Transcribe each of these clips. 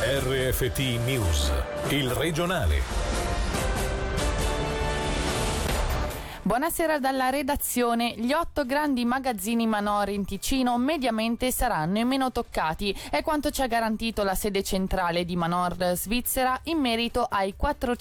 RFT News, il regionale. Buonasera dalla redazione. Gli 8 grandi magazzini Manor in Ticino mediamente saranno i meno toccati. È quanto ci ha garantito la sede centrale di Manor Svizzera in merito ai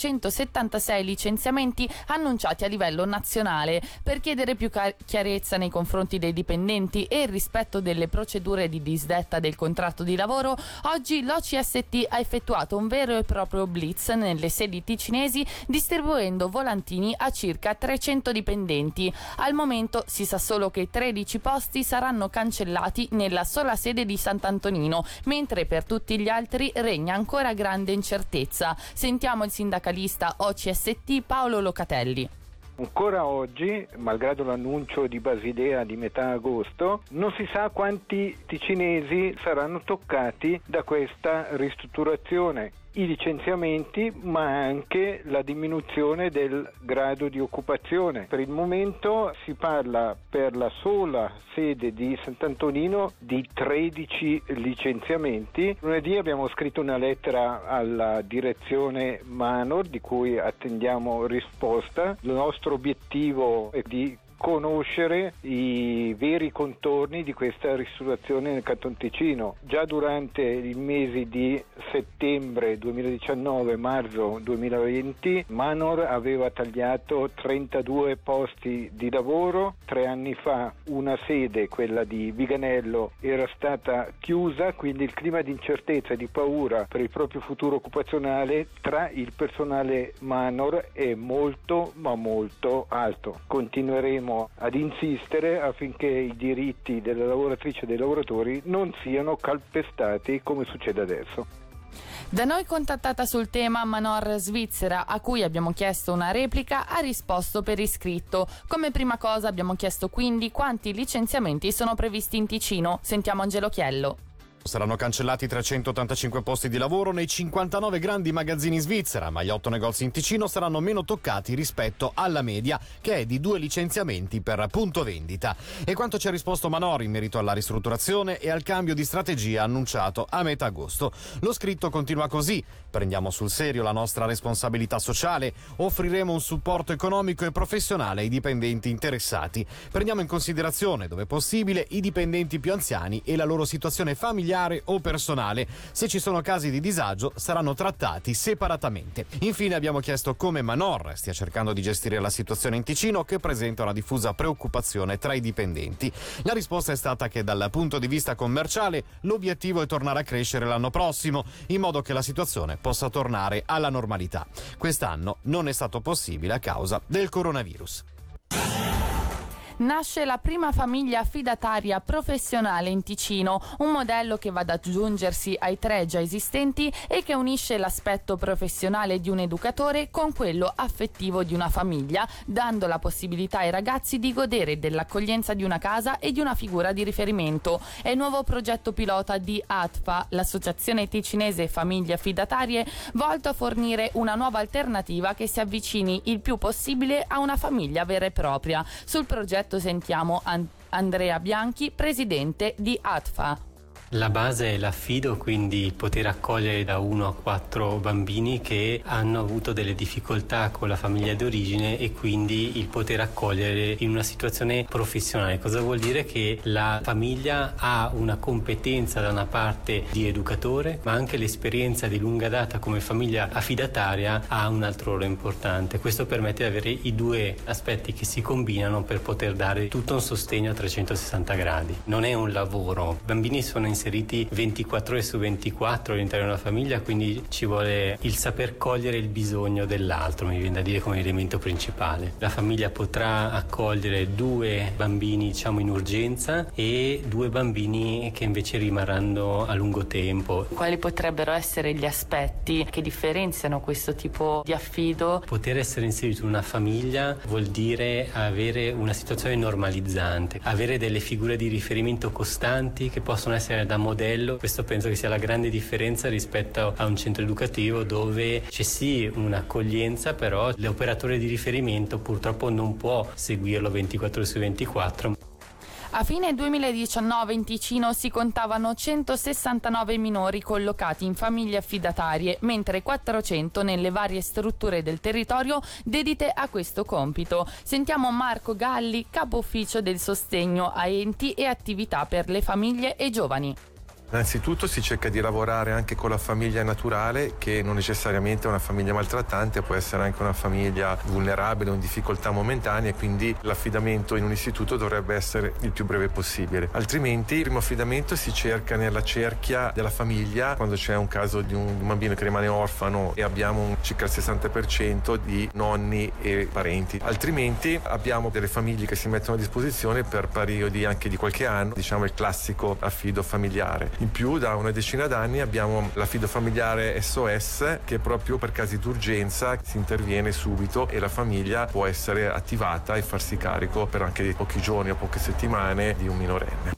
476 licenziamenti annunciati a livello nazionale. Per chiedere più chiarezza nei confronti dei dipendenti e il rispetto delle procedure di disdetta del contratto di lavoro, oggi l'OCST ha effettuato un vero e proprio blitz nelle sedi ticinesi, distribuendo volantini a circa 300 dipendenti. Al momento si sa solo che 13 posti saranno cancellati nella sola sede di Sant'Antonino, mentre per tutti gli altri regna ancora grande incertezza. Sentiamo il sindacalista OCST Paolo Locatelli. Ancora oggi, malgrado l'annuncio di Basilea di metà agosto, non si sa quanti ticinesi saranno toccati da questa ristrutturazione. I licenziamenti, ma anche la diminuzione del grado di occupazione. Per il momento si parla per la sola sede di Sant'Antonino di 13 licenziamenti. Lunedì abbiamo scritto una lettera alla direzione Manor di cui attendiamo risposta. Il nostro obiettivo è di conoscere i veri contorni di questa ristrutturazione nel Canton Ticino. Già durante i mesi di settembre 2019 marzo 2020 Manor aveva tagliato 32 posti di lavoro. 3 anni fa una sede, quella di Viganello, era stata chiusa, quindi il clima di incertezza e di paura per il proprio futuro occupazionale tra il personale Manor è molto ma molto alto. Continueremo ad insistere affinché i diritti delle lavoratrici e dei lavoratori non siano calpestati come succede adesso. Da noi contattata sul tema Manor Svizzera, a cui abbiamo chiesto una replica, ha risposto per iscritto. Come prima cosa abbiamo chiesto quindi quanti licenziamenti sono previsti in Ticino. Sentiamo Angelo Chiello. Saranno cancellati 385 posti di lavoro nei 59 grandi magazzini in Svizzera, ma gli 8 negozi in Ticino saranno meno toccati rispetto alla media, che è di 2 licenziamenti per punto vendita. E quanto ci ha risposto Manor in merito alla ristrutturazione e al cambio di strategia annunciato a metà agosto. Lo scritto continua così: prendiamo sul serio la nostra responsabilità sociale, offriremo un supporto economico e professionale ai dipendenti interessati. Prendiamo in considerazione, dove possibile, i dipendenti più anziani e la loro situazione familiare o personale. Se ci sono casi di disagio saranno trattati separatamente. Infine abbiamo chiesto come Manor stia cercando di gestire la situazione in Ticino, che presenta una diffusa preoccupazione tra i dipendenti. La risposta è stata che dal punto di vista commerciale l'obiettivo è tornare a crescere l'anno prossimo, in modo che la situazione possa tornare alla normalità. Quest'anno non è stato possibile a causa del coronavirus. Nasce la prima famiglia affidataria professionale in Ticino, un modello che va ad aggiungersi ai 3 già esistenti e che unisce l'aspetto professionale di un educatore con quello affettivo di una famiglia, dando la possibilità ai ragazzi di godere dell'accoglienza di una casa e di una figura di riferimento. È il nuovo progetto pilota di ATFA, l'associazione ticinese Famiglie Affidatarie, volto a fornire una nuova alternativa che si avvicini il più possibile a una famiglia vera e propria. Sul progetto sentiamo Andrea Bianchi, presidente di ATFA. La base è l'affido, quindi poter accogliere da 1 a 4 bambini che hanno avuto delle difficoltà con la famiglia d'origine e quindi il poter accogliere in una situazione professionale. Cosa vuol dire? Che la famiglia ha una competenza da una parte di educatore, ma anche l'esperienza di lunga data come famiglia affidataria ha un altro ruolo importante. Questo permette di avere i 2 aspetti che si combinano per poter dare tutto un sostegno a 360 gradi. Non è un lavoro, i bambini sono inseriti 24 ore su 24 all'interno della famiglia, quindi ci vuole il saper cogliere il bisogno dell'altro, mi viene da dire, come elemento principale. La famiglia potrà accogliere 2 bambini, diciamo, in urgenza e 2 bambini che invece rimarranno a lungo tempo. Quali potrebbero essere gli aspetti che differenziano questo tipo di affido? Poter essere inserito in una famiglia vuol dire avere una situazione normalizzante, avere delle figure di riferimento costanti che possono essere da modello. Questo penso che sia la grande differenza rispetto a un centro educativo dove c'è sì un'accoglienza, però l'operatore di riferimento purtroppo non può seguirlo 24 ore su 24. A fine 2019 in Ticino si contavano 169 minori collocati in famiglie affidatarie, mentre 400 nelle varie strutture del territorio dedite a questo compito. Sentiamo Marco Galli, capo ufficio del sostegno a enti e attività per le famiglie e giovani. Innanzitutto si cerca di lavorare anche con la famiglia naturale, che non necessariamente è una famiglia maltrattante, può essere anche una famiglia vulnerabile o in difficoltà momentanea, e quindi l'affidamento in un istituto dovrebbe essere il più breve possibile. Altrimenti il primo affidamento si cerca nella cerchia della famiglia, quando c'è un caso di un bambino che rimane orfano e abbiamo circa il 60% di nonni e parenti. Altrimenti abbiamo delle famiglie che si mettono a disposizione per periodi anche di qualche anno, diciamo il classico affido familiare. In più, da una decina d'anni abbiamo l'affido familiare SOS, che proprio per casi d'urgenza si interviene subito e la famiglia può essere attivata e farsi carico per anche pochi giorni o poche settimane di un minorenne.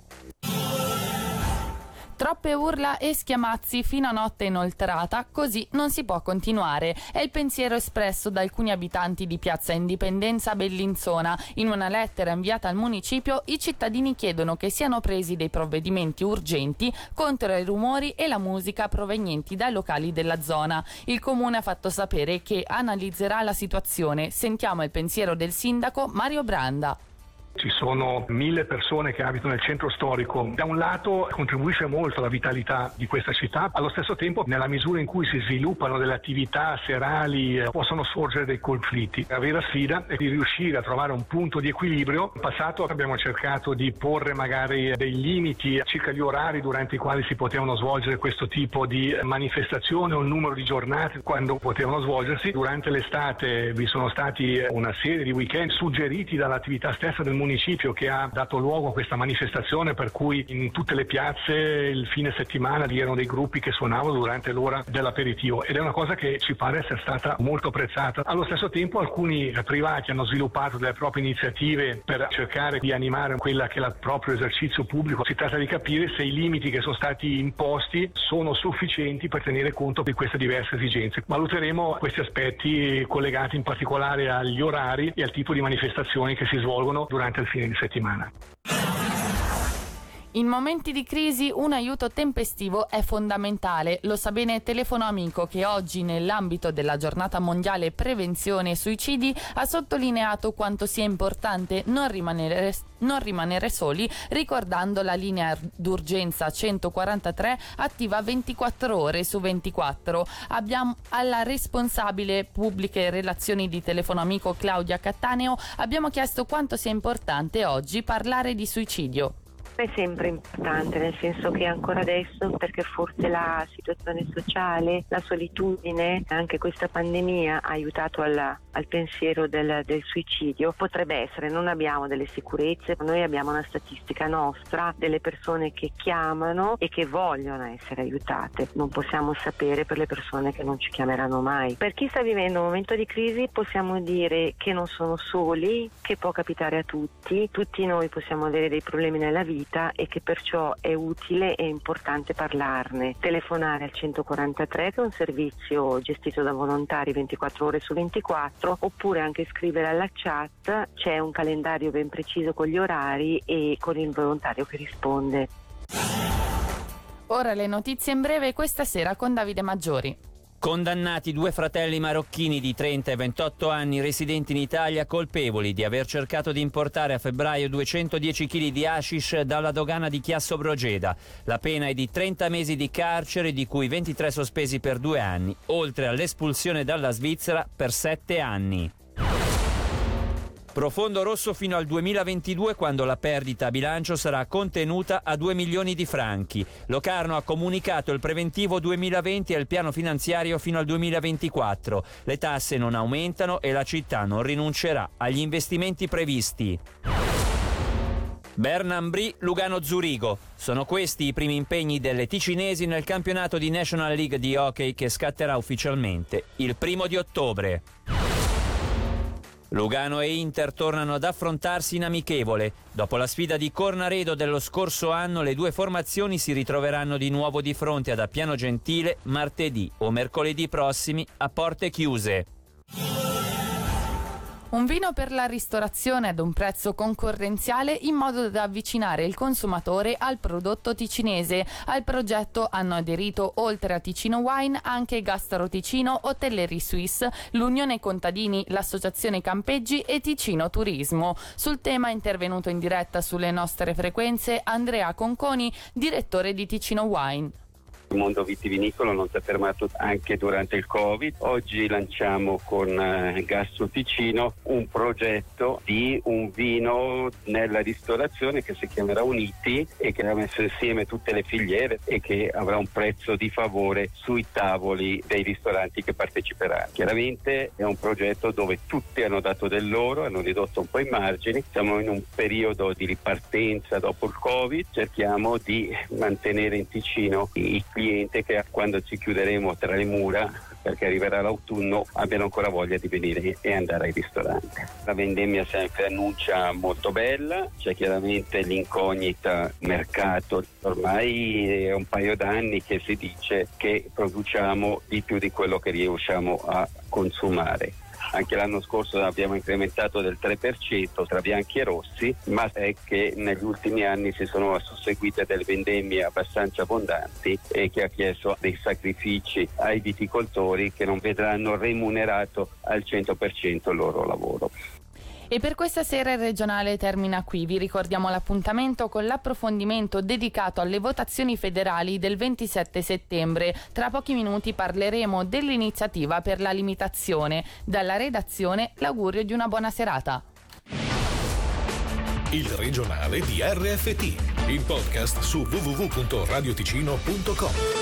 Troppe urla e schiamazzi fino a notte inoltrata, così non si può continuare. È il pensiero espresso da alcuni abitanti di Piazza Indipendenza a Bellinzona. In una lettera inviata al municipio, i cittadini chiedono che siano presi dei provvedimenti urgenti contro i rumori e la musica provenienti dai locali della zona. Il comune ha fatto sapere che analizzerà la situazione. Sentiamo il pensiero del sindaco Mario Branda. Ci sono 1000 persone che abitano nel centro storico. Da un lato contribuisce molto alla vitalità di questa città, allo stesso tempo nella misura in cui si sviluppano delle attività serali possono sorgere dei conflitti. La vera sfida è di riuscire a trovare un punto di equilibrio. In passato abbiamo cercato di porre magari dei limiti circa gli orari durante i quali si potevano svolgere questo tipo di manifestazione o il numero di giornate quando potevano svolgersi. Durante l'estate vi sono stati una serie di weekend suggeriti dall'attività stessa del municipio, che ha dato luogo a questa manifestazione, per cui in tutte le piazze il fine settimana vi erano dei gruppi che suonavano durante l'ora dell'aperitivo, ed è una cosa che ci pare essere stata molto apprezzata. Allo stesso tempo alcuni privati hanno sviluppato delle proprie iniziative per cercare di animare quella che è il proprio esercizio pubblico. Si tratta di capire se i limiti che sono stati imposti sono sufficienti per tenere conto di queste diverse esigenze. Valuteremo questi aspetti collegati in particolare agli orari e al tipo di manifestazioni che si svolgono durante il fine di settimana. In momenti di crisi un aiuto tempestivo è fondamentale. Lo sa bene Telefono Amico, che oggi, nell'ambito della giornata mondiale prevenzione suicidi, ha sottolineato quanto sia importante non rimanere soli, ricordando la linea d'urgenza 143 attiva 24 ore su 24. Abbiamo alla responsabile pubbliche relazioni di Telefono Amico Claudia Cattaneo abbiamo chiesto quanto sia importante oggi parlare di suicidio. È sempre importante, nel senso che ancora adesso, perché forse la situazione sociale, la solitudine, anche questa pandemia ha aiutato al pensiero del suicidio. Potrebbe essere, non abbiamo delle sicurezze, noi abbiamo una statistica nostra delle persone che chiamano e che vogliono essere aiutate. Non possiamo sapere per le persone che non ci chiameranno mai. Per chi sta vivendo un momento di crisi possiamo dire che non sono soli, che può capitare a tutti noi possiamo avere dei problemi nella vita e che perciò è utile e importante parlarne. Telefonare al 143, che è un servizio gestito da volontari 24 ore su 24, oppure anche scrivere alla chat. C'è un calendario ben preciso con gli orari e con il volontario che risponde. Ora le notizie in breve questa sera con Davide Maggiori. Condannati 2 fratelli marocchini di 30 e 28 anni residenti in Italia, colpevoli di aver cercato di importare a febbraio 210 kg di hashish dalla dogana di Chiasso Brogeda. La pena è di 30 mesi di carcere, di cui 23 sospesi per 2 anni, oltre all'espulsione dalla Svizzera per 7 anni. Profondo rosso fino al 2022, quando la perdita a bilancio sarà contenuta a 2 milioni di franchi. Locarno ha comunicato il preventivo 2020 e il piano finanziario fino al 2024. Le tasse non aumentano e la città non rinuncerà agli investimenti previsti. Bernabé, Lugano Zurigo. Sono questi i primi impegni delle ticinesi nel campionato di National League di hockey, che scatterà ufficialmente il 1° di ottobre. Lugano e Inter tornano ad affrontarsi in amichevole. Dopo la sfida di Cornaredo dello scorso anno, le due formazioni si ritroveranno di nuovo di fronte ad Appiano Gentile martedì o mercoledì prossimi a porte chiuse. Un vino per la ristorazione ad un prezzo concorrenziale in modo da avvicinare il consumatore al prodotto ticinese. Al progetto hanno aderito, oltre a Ticino Wine, anche Gastro Ticino, Hotellerie Suisse, l'Unione Contadini, l'Associazione Campeggi e Ticino Turismo. Sul tema è intervenuto in diretta sulle nostre frequenze Andrea Conconi, direttore di Ticino Wine. Il mondo vitivinicolo non si è fermato anche durante il Covid. Oggi lanciamo con Gastro Ticino un progetto di un vino nella ristorazione che si chiamerà Uniti e che ha messo insieme tutte le filiere e che avrà un prezzo di favore sui tavoli dei ristoranti che parteciperanno. Chiaramente è un progetto dove tutti hanno dato del loro, hanno ridotto un po' i margini. Siamo in un periodo di ripartenza dopo il Covid, cerchiamo di mantenere in Ticino i cliente che quando ci chiuderemo tra le mura, perché arriverà l'autunno, abbiano ancora voglia di venire e andare ai ristoranti. La vendemmia sempre annuncia molto bella, c'è chiaramente l'incognita mercato. Ormai è un paio d'anni che si dice che produciamo di più di quello che riusciamo a consumare. Anche l'anno scorso abbiamo incrementato del 3% tra bianchi e rossi, ma è che negli ultimi anni si sono susseguite delle vendemmie abbastanza abbondanti e che ha chiesto dei sacrifici ai viticoltori che non vedranno remunerato al 100% il loro lavoro. E per questa sera il regionale termina qui. Vi ricordiamo l'appuntamento con l'approfondimento dedicato alle votazioni federali del 27 settembre. Tra pochi minuti parleremo dell'iniziativa per la limitazione. Dalla redazione l'augurio di una buona serata. Il regionale di RFT, il podcast su www.radioticino.com.